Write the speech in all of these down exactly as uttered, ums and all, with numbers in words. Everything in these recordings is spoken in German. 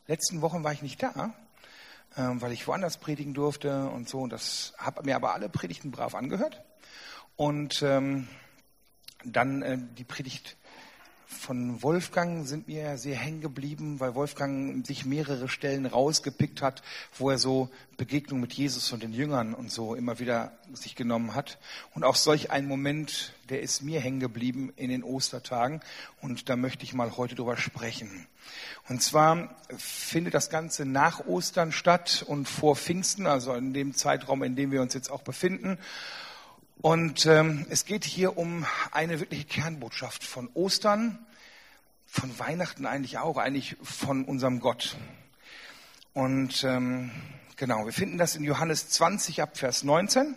letzten Wochen war ich nicht da, ähm, weil ich woanders predigen durfte und so. Und das habe mir aber alle Predigten brav angehört. Und ähm, dann äh, die Predigt von Wolfgang sind mir sehr hängen geblieben, weil Wolfgang sich mehrere Stellen rausgepickt hat, wo er so Begegnung mit Jesus und den Jüngern und so immer wieder sich genommen hat. Und auch solch ein Moment, der ist mir hängen geblieben in den Ostertagen. Und da möchte ich mal heute drüber sprechen. Und zwar findet das Ganze nach Ostern statt und vor Pfingsten, also in dem Zeitraum, in dem wir uns jetzt auch befinden. Und ähm, es geht hier um eine wirkliche Kernbotschaft von Ostern, von Weihnachten eigentlich auch, eigentlich von unserem Gott. Und ähm, genau, wir finden das in Johannes zwanzig ab Vers neunzehn.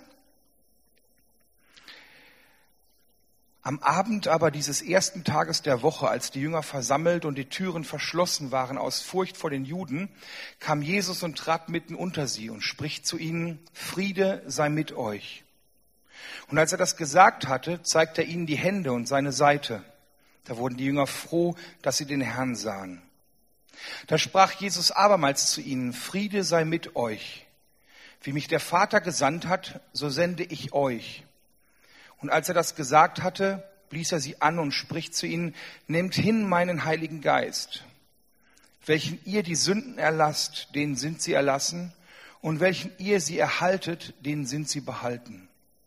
Am Abend aber dieses ersten Tages der Woche, als die Jünger versammelt und die Türen verschlossen waren aus Furcht vor den Juden, kam Jesus und trat mitten unter sie und spricht zu ihnen: Friede sei mit euch. Und als er das gesagt hatte, zeigte er ihnen die Hände und seine Seite. Da wurden die Jünger froh, dass sie den Herrn sahen. Da sprach Jesus abermals zu ihnen: Friede sei mit euch. Wie mich der Vater gesandt hat, so sende ich euch. Und als er das gesagt hatte, blies er sie an und spricht zu ihnen: Nehmt hin meinen Heiligen Geist. Welchen ihr die Sünden erlasst, denen sind sie erlassen. Und welchen ihr sie erhaltet, denen sind sie behalten.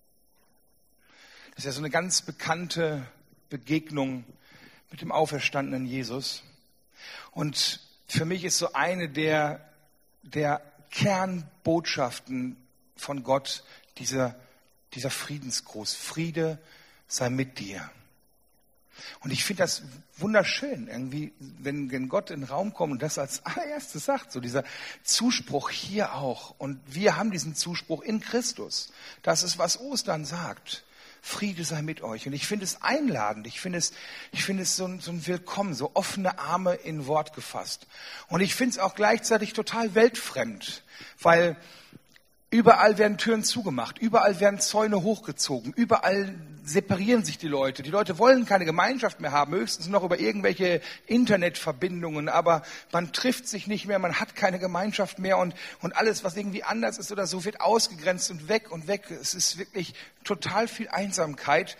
Das ist ja so eine ganz bekannte Begegnung mit dem auferstandenen Jesus. Und für mich ist so eine der, der Kernbotschaften von Gott dieser, dieser Friedensgruß. Friede sei mit dir. Und ich finde das wunderschön, irgendwie, wenn, wenn Gott in den Raum kommt und das als allererstes sagt, so dieser Zuspruch hier auch. Und wir haben diesen Zuspruch in Christus. Das ist, was Ostern sagt. Friede sei mit euch. Und ich finde es einladend. Ich finde es, ich finde es so ein, so ein Willkommen, so offene Arme in Wort gefasst. Und ich finde es auch gleichzeitig total weltfremd, weil überall werden Türen zugemacht, überall werden Zäune hochgezogen, überall separieren sich die Leute. Die Leute wollen keine Gemeinschaft mehr haben, höchstens noch über irgendwelche Internetverbindungen, aber man trifft sich nicht mehr, man hat keine Gemeinschaft mehr und, und alles, was irgendwie anders ist oder so, wird ausgegrenzt und weg und weg. Es ist wirklich total viel Einsamkeit.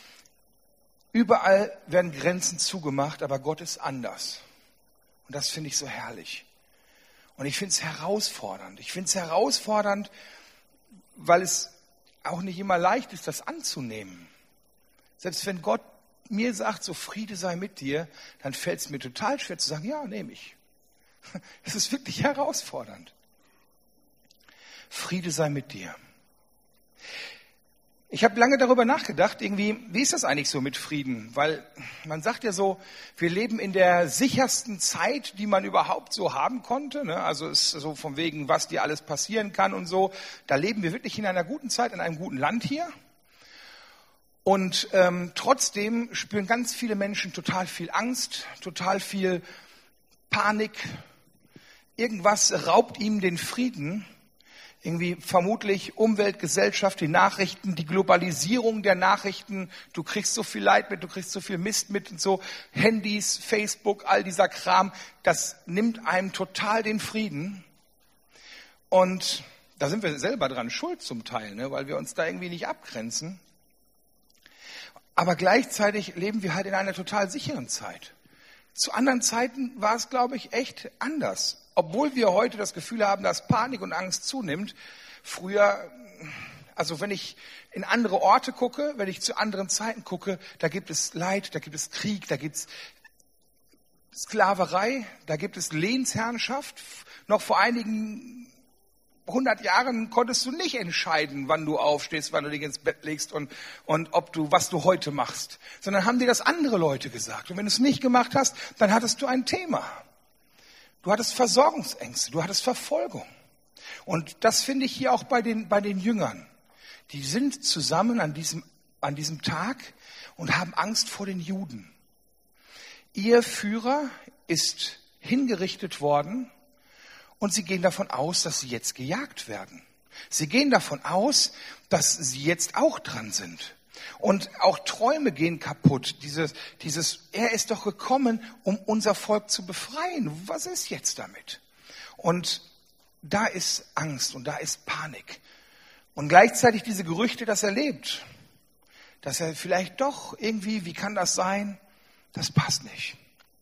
Überall werden Grenzen zugemacht, aber Gott ist anders. Und das finde ich so herrlich. Und ich finde es herausfordernd. Ich finde es herausfordernd, weil es auch nicht immer leicht ist, das anzunehmen. Selbst wenn Gott mir sagt, so Friede sei mit dir, dann fällt es mir total schwer zu sagen, ja, nehme ich. Es ist wirklich herausfordernd. Friede sei mit dir. Ich habe lange darüber nachgedacht, irgendwie, wie ist das eigentlich so mit Frieden? Weil man sagt ja so, wir leben in der sichersten Zeit, die man überhaupt so haben konnte. Ne? Also ist so von wegen, was dir alles passieren kann und so. Da leben wir wirklich in einer guten Zeit, in einem guten Land hier. Und ähm, trotzdem spüren ganz viele Menschen total viel Angst, total viel Panik. Irgendwas raubt ihm den Frieden. Irgendwie vermutlich Umwelt, Gesellschaft, die Nachrichten, die Globalisierung der Nachrichten. Du kriegst so viel Leid mit, du kriegst so viel Mist mit und so. Handys, Facebook, all dieser Kram, das nimmt einem total den Frieden. Und da sind wir selber dran schuld zum Teil, ne, weil wir uns da irgendwie nicht abgrenzen. Aber gleichzeitig leben wir halt in einer total sicheren Zeit. Zu anderen Zeiten war es, glaube ich, echt anders. Obwohl wir heute das Gefühl haben, dass Panik und Angst zunimmt. Früher, also wenn ich in andere Orte gucke, wenn ich zu anderen Zeiten gucke, da gibt es Leid, da gibt es Krieg, da gibt es Sklaverei, da gibt es Lehnsherrschaft. Noch vor einigen hundert Jahren konntest du nicht entscheiden, wann du aufstehst, wann du dich ins Bett legst und, und ob du, was du heute machst. Sondern haben dir das andere Leute gesagt. Und wenn du es nicht gemacht hast, dann hattest du ein Thema. Du hattest Versorgungsängste, du hattest Verfolgung. Und das finde ich hier auch bei den, bei den Jüngern. Die sind zusammen an diesem, an diesem Tag und haben Angst vor den Juden. Ihr Führer ist hingerichtet worden und sie gehen davon aus, dass sie jetzt gejagt werden. Sie gehen davon aus, dass sie jetzt auch dran sind. Und auch Träume gehen kaputt. Dieses, dieses, er ist doch gekommen, um unser Volk zu befreien. Was ist jetzt damit? Und da ist Angst und da ist Panik. Und gleichzeitig diese Gerüchte, dass er lebt. Dass er vielleicht doch irgendwie, wie kann das sein? Das passt nicht.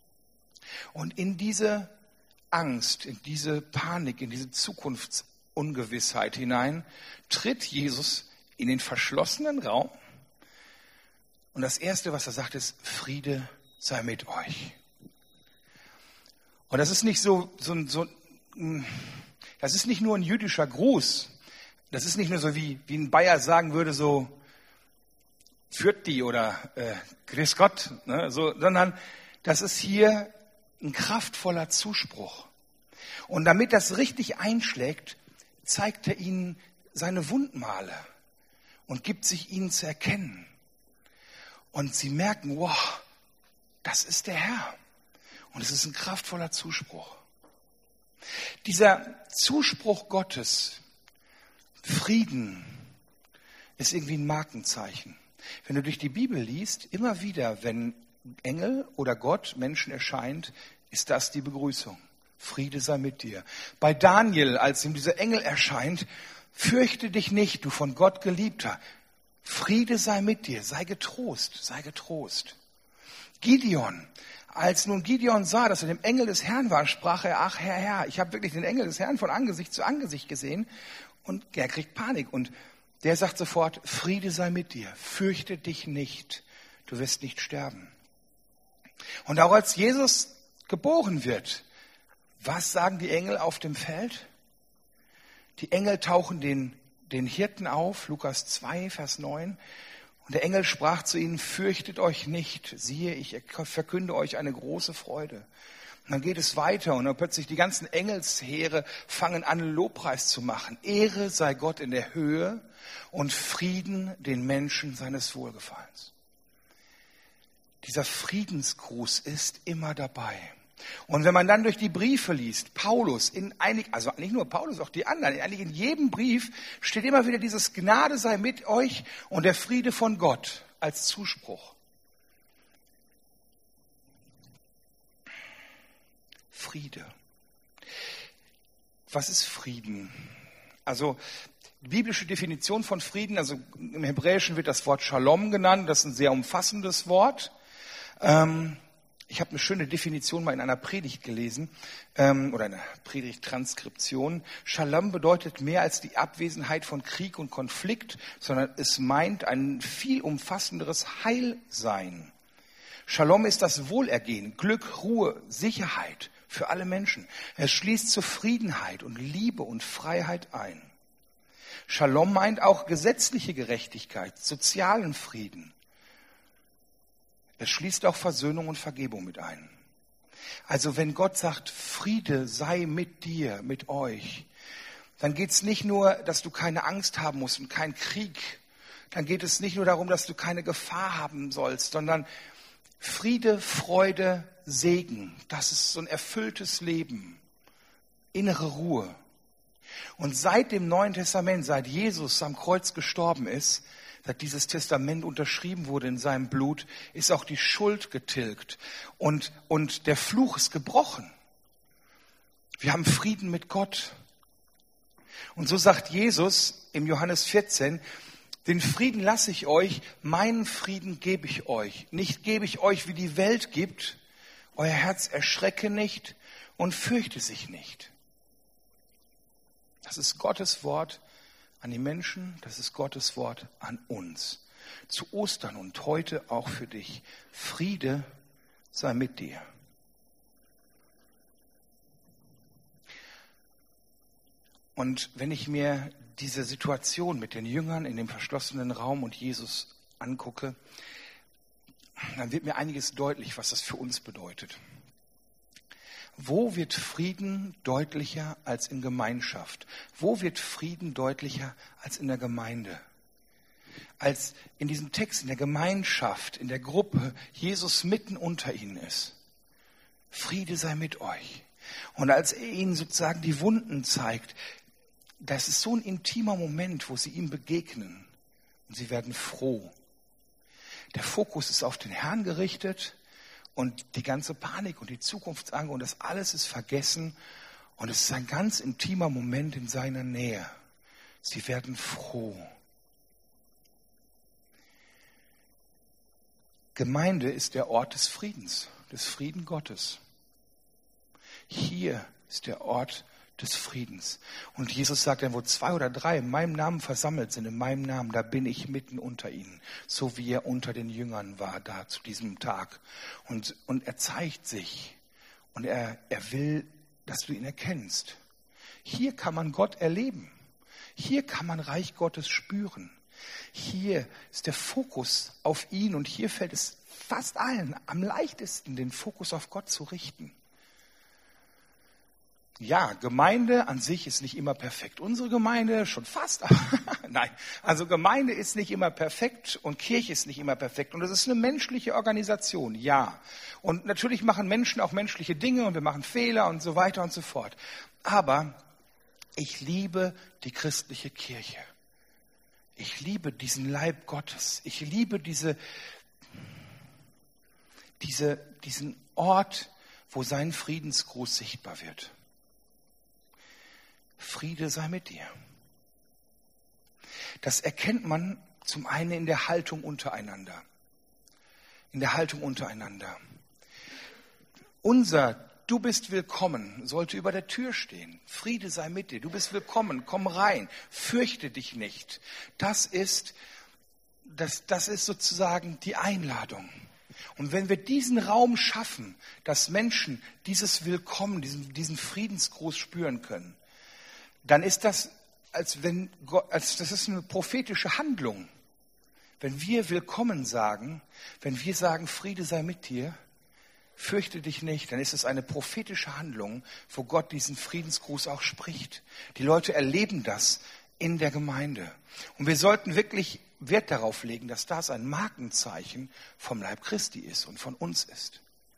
Und in diese Angst, in diese Panik, in diese Zukunftsungewissheit hinein tritt Jesus in den verschlossenen Raum. Und das Erste, was er sagt, ist, Friede sei mit euch. Und das ist nicht so, so, so das ist nicht nur ein jüdischer Gruß. Das ist nicht nur so, wie, wie ein Bayer sagen würde, so, führt die oder äh, grüß Gott, ne, so, sondern das ist hier ein kraftvoller Zuspruch. Und damit das richtig einschlägt, zeigt er ihnen seine Wundmale und gibt sich ihnen zu erkennen. Und sie merken, wow, das ist der Herr. Und es ist ein kraftvoller Zuspruch. Dieser Zuspruch Gottes, Frieden, ist irgendwie ein Markenzeichen. Wenn du durch die Bibel liest, immer wieder, wenn Engel oder Gott Menschen erscheint, ist das die Begrüßung. Friede sei mit dir. Bei Daniel, als ihm dieser Engel erscheint, fürchte dich nicht, du von Gott Geliebter. Friede sei mit dir, sei getrost, sei getrost. Gideon, als nun Gideon sah, dass er dem Engel des Herrn war, sprach er, ach Herr, Herr, ich habe wirklich den Engel des Herrn von Angesicht zu Angesicht gesehen. Und er kriegt Panik und der sagt sofort, Friede sei mit dir, fürchte dich nicht, du wirst nicht sterben. Und auch als Jesus geboren wird, was sagen die Engel auf dem Feld? Die Engel tauchen den, den Hirten auf, Lukas zwei, Vers neun. Und der Engel sprach zu ihnen, fürchtet euch nicht, siehe, ich verkünde euch eine große Freude. Und dann geht es weiter und dann plötzlich die ganzen Engelsheere fangen an, Lobpreis zu machen. Ehre sei Gott in der Höhe und Frieden den Menschen seines Wohlgefallens. Dieser Friedensgruß ist immer dabei. Und wenn man dann durch die Briefe liest, Paulus, in einig, also nicht nur Paulus, auch die anderen, eigentlich in jedem Brief steht immer wieder dieses Gnade sei mit euch und der Friede von Gott als Zuspruch. Friede. Was ist Frieden? Also die biblische Definition von Frieden, also im Hebräischen wird das Wort Shalom genannt, das ist ein sehr umfassendes Wort. Ähm, Ich habe eine schöne Definition mal in einer Predigt gelesen ähm, oder einer Predigttranskription. Shalom bedeutet mehr als die Abwesenheit von Krieg und Konflikt, sondern es meint ein viel umfassenderes Heilsein. Shalom ist das Wohlergehen, Glück, Ruhe, Sicherheit für alle Menschen. Es schließt Zufriedenheit und Liebe und Freiheit ein. Shalom meint auch gesetzliche Gerechtigkeit, sozialen Frieden. Es schließt auch Versöhnung und Vergebung mit ein. Also wenn Gott sagt, Friede sei mit dir, mit euch, dann geht es nicht nur, dass du keine Angst haben musst und keinen Krieg. Dann geht es nicht nur darum, dass du keine Gefahr haben sollst, sondern Friede, Freude, Segen. Das ist so ein erfülltes Leben, innere Ruhe. Und seit dem Neuen Testament, seit Jesus am Kreuz gestorben ist, seit dieses Testament unterschrieben wurde in seinem Blut, ist auch die Schuld getilgt und, und der Fluch ist gebrochen. Wir haben Frieden mit Gott. Und so sagt Jesus im Johannes vierzehn, den Frieden lasse ich euch, meinen Frieden gebe ich euch. Nicht gebe ich euch, wie die Welt gibt. Euer Herz erschrecke nicht und fürchte sich nicht. Das ist Gottes Wort an die Menschen, das ist Gottes Wort an uns. Zu Ostern und heute auch für dich. Friede sei mit dir. Und wenn ich mir diese Situation mit den Jüngern in dem verschlossenen Raum und Jesus angucke, dann wird mir einiges deutlich, was das für uns bedeutet. Wo wird Frieden deutlicher als in Gemeinschaft? Wo wird Frieden deutlicher als in der Gemeinde? Als in diesem Text, in der Gemeinschaft, in der Gruppe, Jesus mitten unter ihnen ist. Friede sei mit euch. Und als er ihnen sozusagen die Wunden zeigt, das ist so ein intimer Moment, wo sie ihm begegnen. Und sie werden froh Der Fokus ist auf den Herrn gerichtet und die ganze Panik und die Zukunftsangst und das alles ist vergessen und es ist ein ganz intimer Moment in seiner Nähe. Sie werden froh. Gemeinde ist der Ort des Friedens, des Frieden Gottes. Hier ist der Ort des Friedens. Und Jesus sagt dann, wo zwei oder drei in meinem Namen versammelt sind, in meinem Namen, da bin ich mitten unter ihnen. So wie er unter den Jüngern war da zu diesem Tag. Und, und er zeigt sich. Und er, er will, dass du ihn erkennst. Hier kann man Gott erleben. Hier kann man Reich Gottes spüren. Hier ist der Fokus auf ihn und hier fällt es fast allen am leichtesten, den Fokus auf Gott zu richten. Ja, Gemeinde an sich ist nicht immer perfekt. Unsere Gemeinde schon fast. Nein, also Gemeinde ist nicht immer perfekt und Kirche ist nicht immer perfekt. Und es ist eine menschliche Organisation, ja. Und natürlich machen Menschen auch menschliche Dinge und wir machen Fehler und so weiter und so fort. Aber ich liebe die christliche Kirche. Ich liebe diesen Leib Gottes. Ich liebe diese, diese, diesen Ort, wo sein Friedensgruß sichtbar wird. Friede sei mit dir. Das erkennt man zum einen in der Haltung untereinander. In der Haltung untereinander. Unser Du bist willkommen sollte über der Tür stehen. Friede sei mit dir. Du bist willkommen. Komm rein. Fürchte dich nicht. Das ist, das, das ist sozusagen die Einladung. Und wenn wir diesen Raum schaffen, dass Menschen dieses Willkommen, diesen, diesen Friedensgruß spüren können, dann ist das, als wenn Gott, als das ist eine prophetische Handlung. Wenn wir Willkommen sagen, wenn wir sagen, Friede sei mit dir, fürchte dich nicht, dann ist es eine prophetische Handlung, wo Gott diesen Friedensgruß auch spricht. Die Leute erleben das in der Gemeinde. Und wir sollten wirklich Wert darauf legen, dass das ein Markenzeichen vom Leib Christi ist und von uns ist.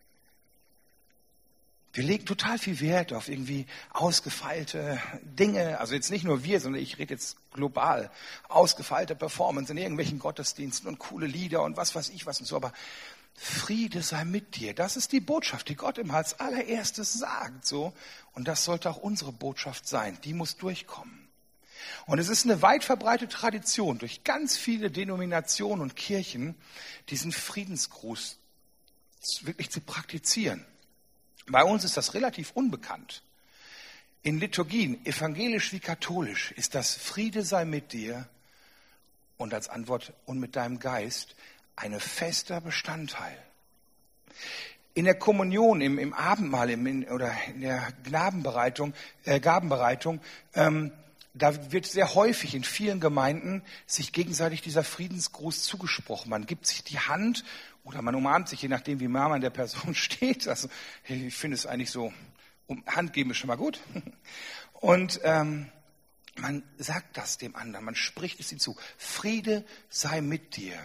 Wir legen total viel Wert auf irgendwie ausgefeilte Dinge, also jetzt nicht nur wir, sondern ich rede jetzt global, ausgefeilte Performance in irgendwelchen Gottesdiensten und coole Lieder und was weiß ich was und so, aber Friede sei mit dir. Das ist die Botschaft, die Gott immer als allererstes sagt, so. Und das sollte auch unsere Botschaft sein. Die muss durchkommen. Und es ist eine weit verbreitete Tradition durch ganz viele Denominationen und Kirchen, diesen Friedensgruß wirklich zu praktizieren. Bei uns ist das relativ unbekannt. In Liturgien, evangelisch wie katholisch, ist das Friede sei mit dir und als Antwort und mit deinem Geist ein fester Bestandteil. In der Kommunion, im, im Abendmahl im, in, oder in der Gnadenbereitung, äh, Gabenbereitung, ähm, da wird sehr häufig in vielen Gemeinden sich gegenseitig dieser Friedensgruß zugesprochen. Man gibt sich die Hand oder man umarmt sich, je nachdem wie nah man der Person steht. Also ich finde es eigentlich so, um Hand geben ist schon mal gut. Und ähm, man sagt das dem anderen, man spricht es ihm zu. Friede sei mit dir.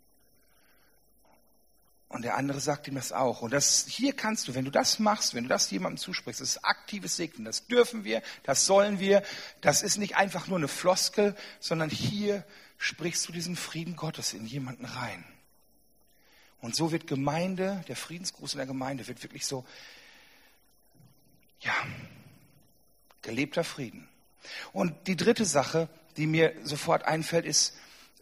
Und der andere sagt ihm das auch. Und das, hier kannst du, wenn du das machst, wenn du das jemandem zusprichst, das ist aktives Segnen. Das dürfen wir, das sollen wir. Das ist nicht einfach nur eine Floskel, sondern hier sprichst du diesen Frieden Gottes in jemanden rein. Und so wird Gemeinde, der Friedensgruß in der Gemeinde wird wirklich so, ja, gelebter Frieden. Und die dritte Sache, die mir sofort einfällt, ist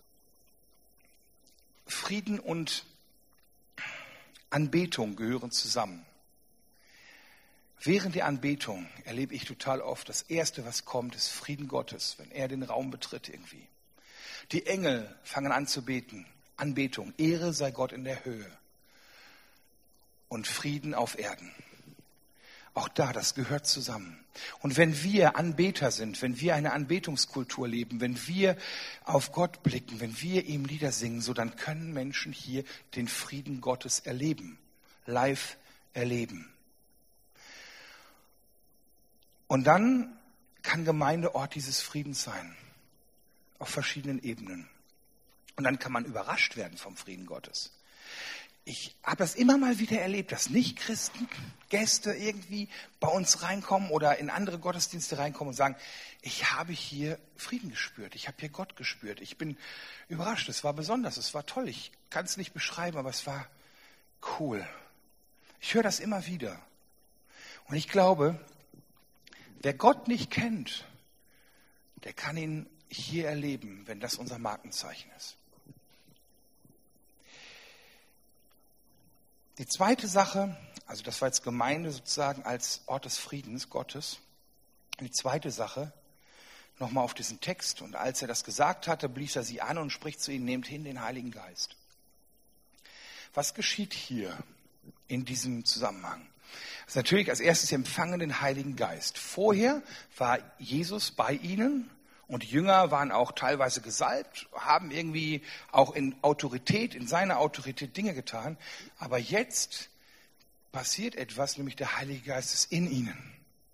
Frieden und Anbetung gehören zusammen. Während der Anbetung erlebe ich total oft, das Erste, was kommt, ist Frieden Gottes, wenn er den Raum betritt irgendwie. Die Engel fangen an zu beten. Anbetung, Ehre sei Gott in der Höhe und Frieden auf Erden. Auch da, das gehört zusammen. Und wenn wir Anbeter sind, wenn wir eine Anbetungskultur leben, wenn wir auf Gott blicken, wenn wir ihm Lieder singen, so dann können Menschen hier den Frieden Gottes erleben, live erleben. Und dann kann Gemeinde Ort dieses Friedens sein, auf verschiedenen Ebenen. Und dann kann man überrascht werden vom Frieden Gottes. ich habe das immer mal wieder erlebt, dass Nicht-Christen, Gäste irgendwie bei uns reinkommen oder in andere Gottesdienste reinkommen und sagen, ich habe hier Frieden gespürt, ich habe hier Gott gespürt. Ich bin überrascht, es war besonders, es war toll. Ich kann es nicht beschreiben, aber es war cool. Ich höre das immer wieder. Und ich glaube, wer Gott nicht kennt, der kann ihn hier erleben, wenn das unser Markenzeichen ist. Die zweite Sache, also das war jetzt Gemeinde sozusagen als Ort des Friedens Gottes. Die zweite Sache, nochmal auf diesen Text. Und als er das gesagt hatte, blies er sie an und spricht zu ihnen, nehmt hin den Heiligen Geist. Was geschieht hier in diesem Zusammenhang? Das ist natürlich als erstes, sie empfangen den Heiligen Geist. Vorher war Jesus bei ihnen. Und die Jünger waren auch teilweise gesalbt, haben irgendwie auch in Autorität, in seiner Autorität Dinge getan. Aber jetzt passiert etwas, nämlich der Heilige Geist ist in ihnen.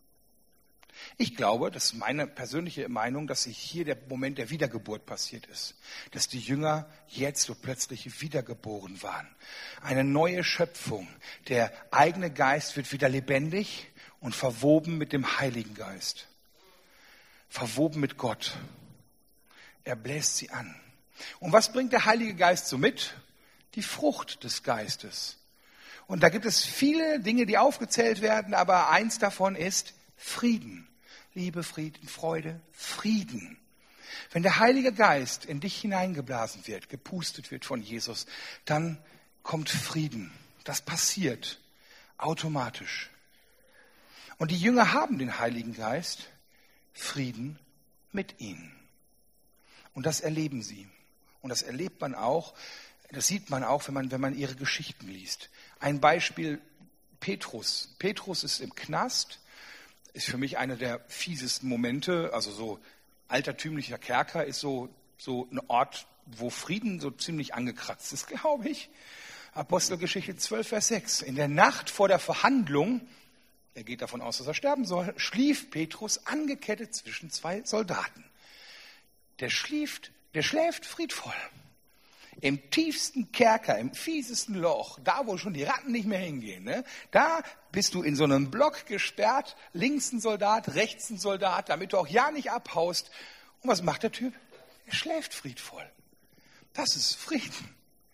Ich glaube, das ist meine persönliche Meinung, dass hier der Moment der Wiedergeburt passiert ist. Dass die Jünger jetzt so plötzlich wiedergeboren waren. Eine neue Schöpfung. Der eigene Geist wird wieder lebendig und verwoben mit dem Heiligen Geist. Verwoben mit Gott. Er bläst sie an. Und was bringt der Heilige Geist so mit? Die Frucht des Geistes. Und da gibt es viele Dinge, die aufgezählt werden, aber eins davon ist Frieden. Liebe, Frieden, Freude, Frieden. Wenn der Heilige Geist in dich hineingeblasen wird, gepustet wird von Jesus, dann kommt Frieden. Das passiert automatisch. Und die Jünger haben den Heiligen Geist, Frieden mit ihnen. Und das erleben sie. Und das erlebt man auch, das sieht man auch, wenn man, wenn man ihre Geschichten liest. Ein Beispiel, Petrus. Petrus ist im Knast, ist für mich einer der fiesesten Momente. Also so altertümlicher Kerker ist so, so ein Ort, wo Frieden so ziemlich angekratzt ist, glaube ich. Apostelgeschichte zwölf, Vers sechs. In der Nacht vor der Verhandlung, er geht davon aus, dass er sterben soll, schlief Petrus angekettet zwischen zwei Soldaten. Der schläft, der schläft friedvoll. Im tiefsten Kerker, im fiesesten Loch, da wo schon die Ratten nicht mehr hingehen, ne? Da bist du in so einem Block gesperrt, links ein Soldat, rechts ein Soldat, damit du auch ja nicht abhaust. Und was macht der Typ? Er schläft friedvoll. Das ist Frieden.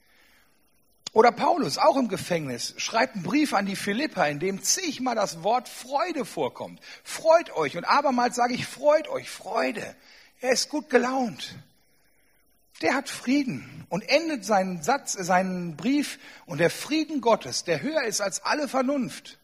Oder Paulus, auch im Gefängnis, schreibt einen Brief an die Philipper, in dem zigmal das Wort Freude vorkommt. Freut euch. Und abermals sage ich, freut euch, Freude. Er ist gut gelaunt. Der hat Frieden und endet seinen Satz, seinen Brief, und der Frieden Gottes, der höher ist als alle Vernunft,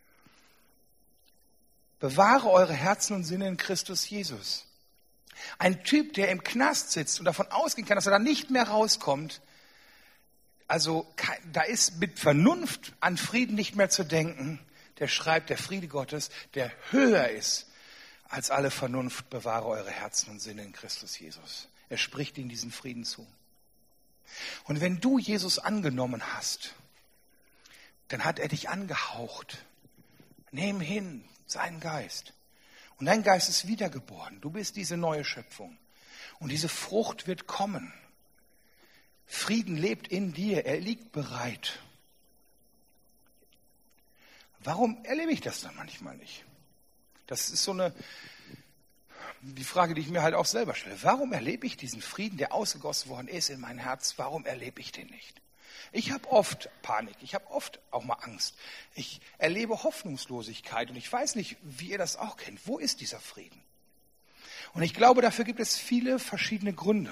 bewahre eure Herzen und Sinne in Christus Jesus. Ein Typ, der im Knast sitzt und davon ausgehen kann, dass er da nicht mehr rauskommt, also da ist mit Vernunft an Frieden nicht mehr zu denken. Der schreibt, der Friede Gottes, der höher ist als alle Vernunft, bewahre eure Herzen und Sinne in Christus Jesus. Er spricht ihnen diesen Frieden zu. Und wenn du Jesus angenommen hast, dann hat er dich angehaucht. Nimm hin seinen Geist. Und dein Geist ist wiedergeboren. Du bist diese neue Schöpfung. Und diese Frucht wird kommen. Frieden lebt in dir, er liegt bereit. Warum erlebe ich das dann manchmal nicht? Das ist so eine, die Frage, die ich mir halt auch selber stelle. Warum erlebe ich diesen Frieden, der ausgegossen worden ist in mein Herz? Warum erlebe ich den nicht? Ich habe oft Panik, ich habe oft auch mal Angst. Ich erlebe Hoffnungslosigkeit und ich weiß nicht, wie ihr das auch kennt. Wo ist dieser Frieden? Und ich glaube, dafür gibt es viele verschiedene Gründe.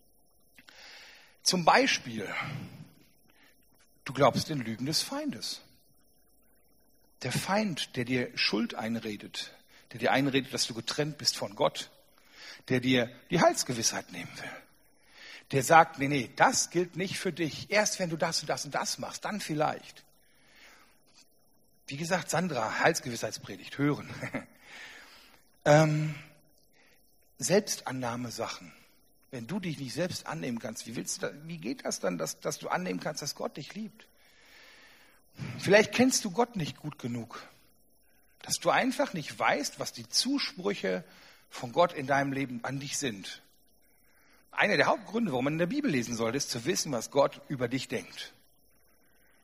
Zum Beispiel, du glaubst den Lügen des Feindes. Der Feind, der dir Schuld einredet, der dir einredet, dass du getrennt bist von Gott, der dir die Heilsgewissheit nehmen will. Der sagt, nee, nee, das gilt nicht für dich. Erst wenn du das und das und das machst, dann vielleicht. Wie gesagt, Sandra, Heilsgewissheitspredigt, hören. ähm, Selbstannahme-Sachen. Wenn du dich nicht selbst annehmen kannst, wie willst du da, wie geht das dann, dass, dass du annehmen kannst, dass Gott dich liebt? Vielleicht kennst du Gott nicht gut genug. Dass du einfach nicht weißt, was die Zusprüche von Gott in deinem Leben an dich sind. Einer der Hauptgründe, warum man in der Bibel lesen sollte, ist zu wissen, was Gott über dich denkt.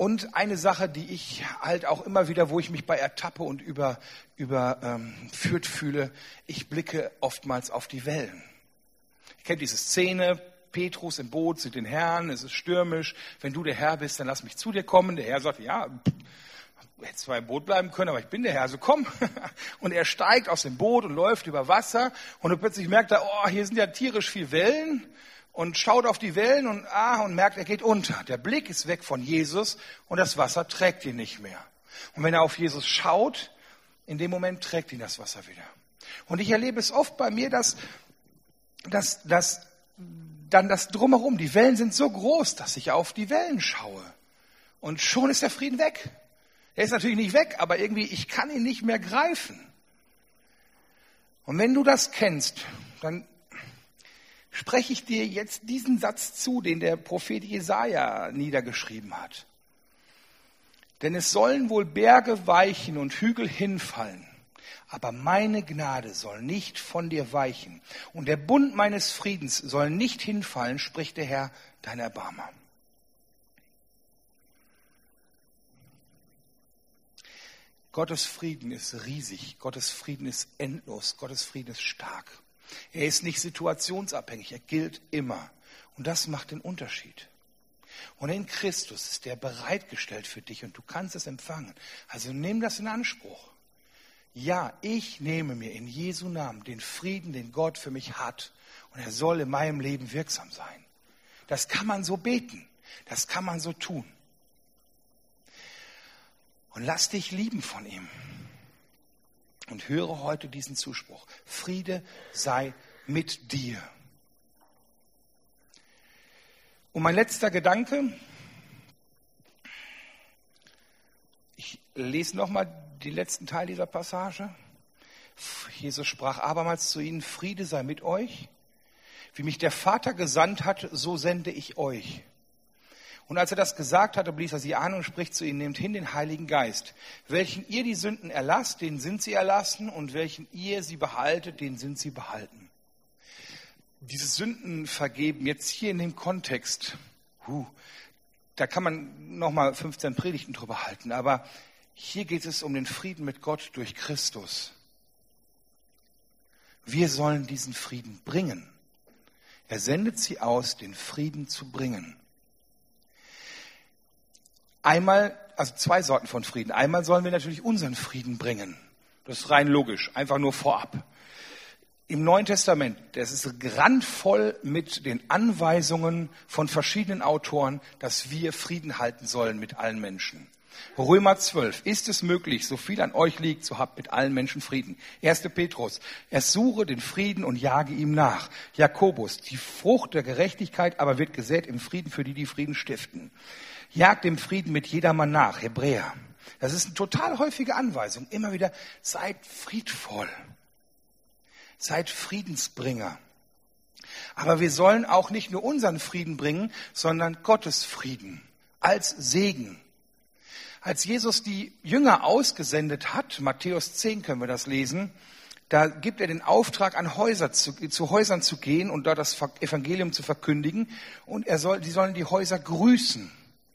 Und eine Sache, die ich halt auch immer wieder, wo ich mich bei ertappe und über, über ähm, führt fühle, ich blicke oftmals auf die Wellen. Ihr kennt diese Szene, Petrus im Boot sind den Herrn, es ist stürmisch. Wenn du der Herr bist, dann lass mich zu dir kommen. Der Herr sagt, ja, hätte zwar im Boot bleiben können, aber ich bin der Herr, also komm. Und er steigt aus dem Boot und läuft über Wasser und plötzlich merkt er, oh, hier sind ja tierisch viel Wellen. Und schaut auf die Wellen und, ah, und merkt, er geht unter. Der Blick ist weg von Jesus und das Wasser trägt ihn nicht mehr. Und wenn er auf Jesus schaut, in dem Moment trägt ihn das Wasser wieder. Und ich erlebe es oft bei mir, dass, dass, dass dann das Drumherum, die Wellen sind so groß, dass ich auf die Wellen schaue. Und schon ist der Frieden weg. Er ist natürlich nicht weg, aber irgendwie, ich kann ihn nicht mehr greifen. Und wenn du das kennst, dann spreche ich dir jetzt diesen Satz zu, den der Prophet Jesaja niedergeschrieben hat. Denn es sollen wohl Berge weichen und Hügel hinfallen, aber meine Gnade soll nicht von dir weichen und der Bund meines Friedens soll nicht hinfallen, spricht der Herr, dein Erbarmer. Gottes Frieden ist riesig, Gottes Frieden ist endlos, Gottes Frieden ist stark. Er ist nicht situationsabhängig, er gilt immer. Und das macht den Unterschied. Und in Christus ist er bereitgestellt für dich und du kannst es empfangen. Also nimm das in Anspruch. Ja, ich nehme mir in Jesu Namen den Frieden, den Gott für mich hat. Und er soll in meinem Leben wirksam sein. Das kann man so beten. Das kann man so tun. Und lass dich lieben von ihm. Und höre heute diesen Zuspruch. Friede sei mit dir. Und mein letzter Gedanke. Ich lese nochmal den letzten Teil dieser Passage. Jesus sprach abermals zu ihnen, Friede sei mit euch. Wie mich der Vater gesandt hat, so sende ich euch. Und als er das gesagt hatte, blies er sie an und spricht zu ihnen, nehmt hin den Heiligen Geist. Welchen ihr die Sünden erlasst, denen sind sie erlassen, und welchen ihr sie behaltet, denen sind sie behalten. Dieses Sündenvergeben jetzt hier in dem Kontext, huh, da kann man nochmal fünfzehn Predigten drüber halten, aber hier geht es um den Frieden mit Gott durch Christus. Wir sollen diesen Frieden bringen. Er sendet sie aus, den Frieden zu bringen. Einmal, also zwei Sorten von Frieden. Einmal sollen wir natürlich unseren Frieden bringen. Das ist rein logisch, einfach nur vorab. Im Neuen Testament, das ist randvoll mit den Anweisungen von verschiedenen Autoren, dass wir Frieden halten sollen mit allen Menschen. Römer zwölf, ist es möglich, so viel an euch liegt, so habt mit allen Menschen Frieden. erster Petrus, ersuche den Frieden und jage ihm nach. Jakobus, die Frucht der Gerechtigkeit aber wird gesät im Frieden für die, die Frieden stiften. Jagt dem Frieden mit jedermann nach, Hebräer. Das ist eine total häufige Anweisung. Immer wieder, seid friedvoll. Seid Friedensbringer. Aber wir sollen auch nicht nur unseren Frieden bringen, sondern Gottes Frieden als Segen. Als Jesus die Jünger ausgesendet hat, Matthäus zehn können wir das lesen, da gibt er den Auftrag an Häuser zu, zu Häusern zu gehen und dort das Evangelium zu verkündigen. Und er soll, die sollen die Häuser grüßen.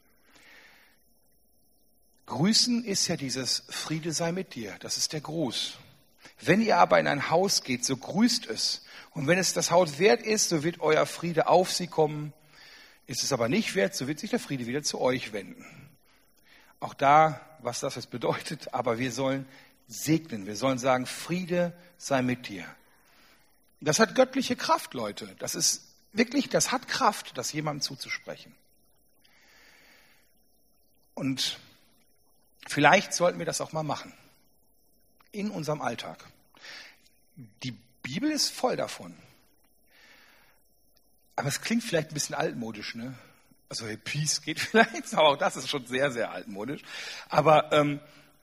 Grüßen ist ja dieses Friede sei mit dir, das ist der Gruß. Wenn ihr aber in ein Haus geht, so grüßt es. Und wenn es das Haus wert ist, so wird euer Friede auf sie kommen. Ist es aber nicht wert, so wird sich der Friede wieder zu euch wenden. Auch da, was das jetzt bedeutet, aber wir sollen segnen. Wir sollen sagen, Friede sei mit dir. Das hat göttliche Kraft, Leute. Das ist wirklich, das hat Kraft, das jemandem zuzusprechen. Und vielleicht sollten wir das auch mal machen. In unserem Alltag. Die Bibel ist voll davon. Aber es klingt vielleicht ein bisschen altmodisch, ne? Also hey, Peace geht vielleicht, aber auch das ist schon sehr, sehr altmodisch. Aber ähm,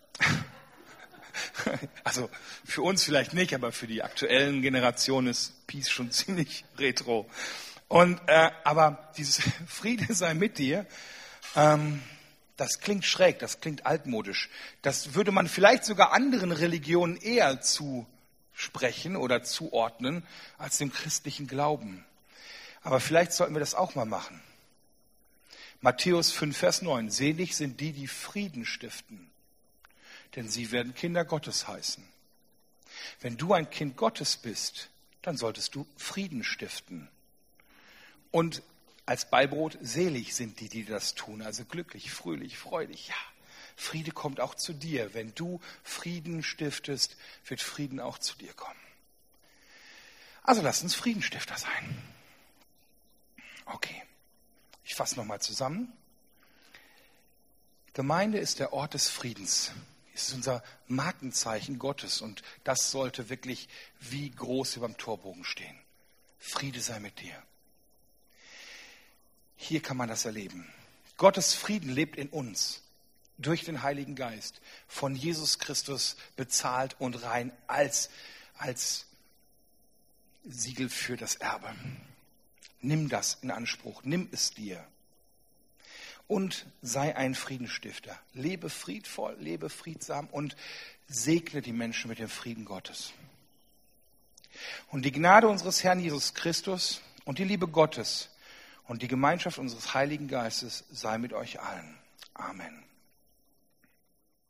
also für uns vielleicht nicht, aber für die aktuellen Generationen ist Peace schon ziemlich retro. Und äh, aber dieses Friede sei mit dir, ähm, das klingt schräg, das klingt altmodisch. Das würde man vielleicht sogar anderen Religionen eher zusprechen oder zuordnen als dem christlichen Glauben. Aber vielleicht sollten wir das auch mal machen. Matthäus fünf, Vers neun. Selig sind die, die Frieden stiften, denn sie werden Kinder Gottes heißen. Wenn du ein Kind Gottes bist, dann solltest du Frieden stiften. Und als Beibrot, selig sind die, die das tun, also glücklich, fröhlich, freudig. Ja, Friede kommt auch zu dir. Wenn du Frieden stiftest, wird Frieden auch zu dir kommen. Also lasst uns Friedenstifter sein. Okay, ich fasse nochmal zusammen. Gemeinde ist der Ort des Friedens. Es ist unser Markenzeichen Gottes und das sollte wirklich wie groß über dem Torbogen stehen. Friede sei mit dir. Hier kann man das erleben. Gottes Frieden lebt in uns durch den Heiligen Geist, von Jesus Christus bezahlt und rein als, als Siegel für das Erbe. Nimm das in Anspruch, nimm es dir. Und sei ein Friedensstifter. Lebe friedvoll, lebe friedsam und segne die Menschen mit dem Frieden Gottes. Und die Gnade unseres Herrn Jesus Christus und die Liebe Gottes und die Gemeinschaft unseres Heiligen Geistes sei mit euch allen. Amen.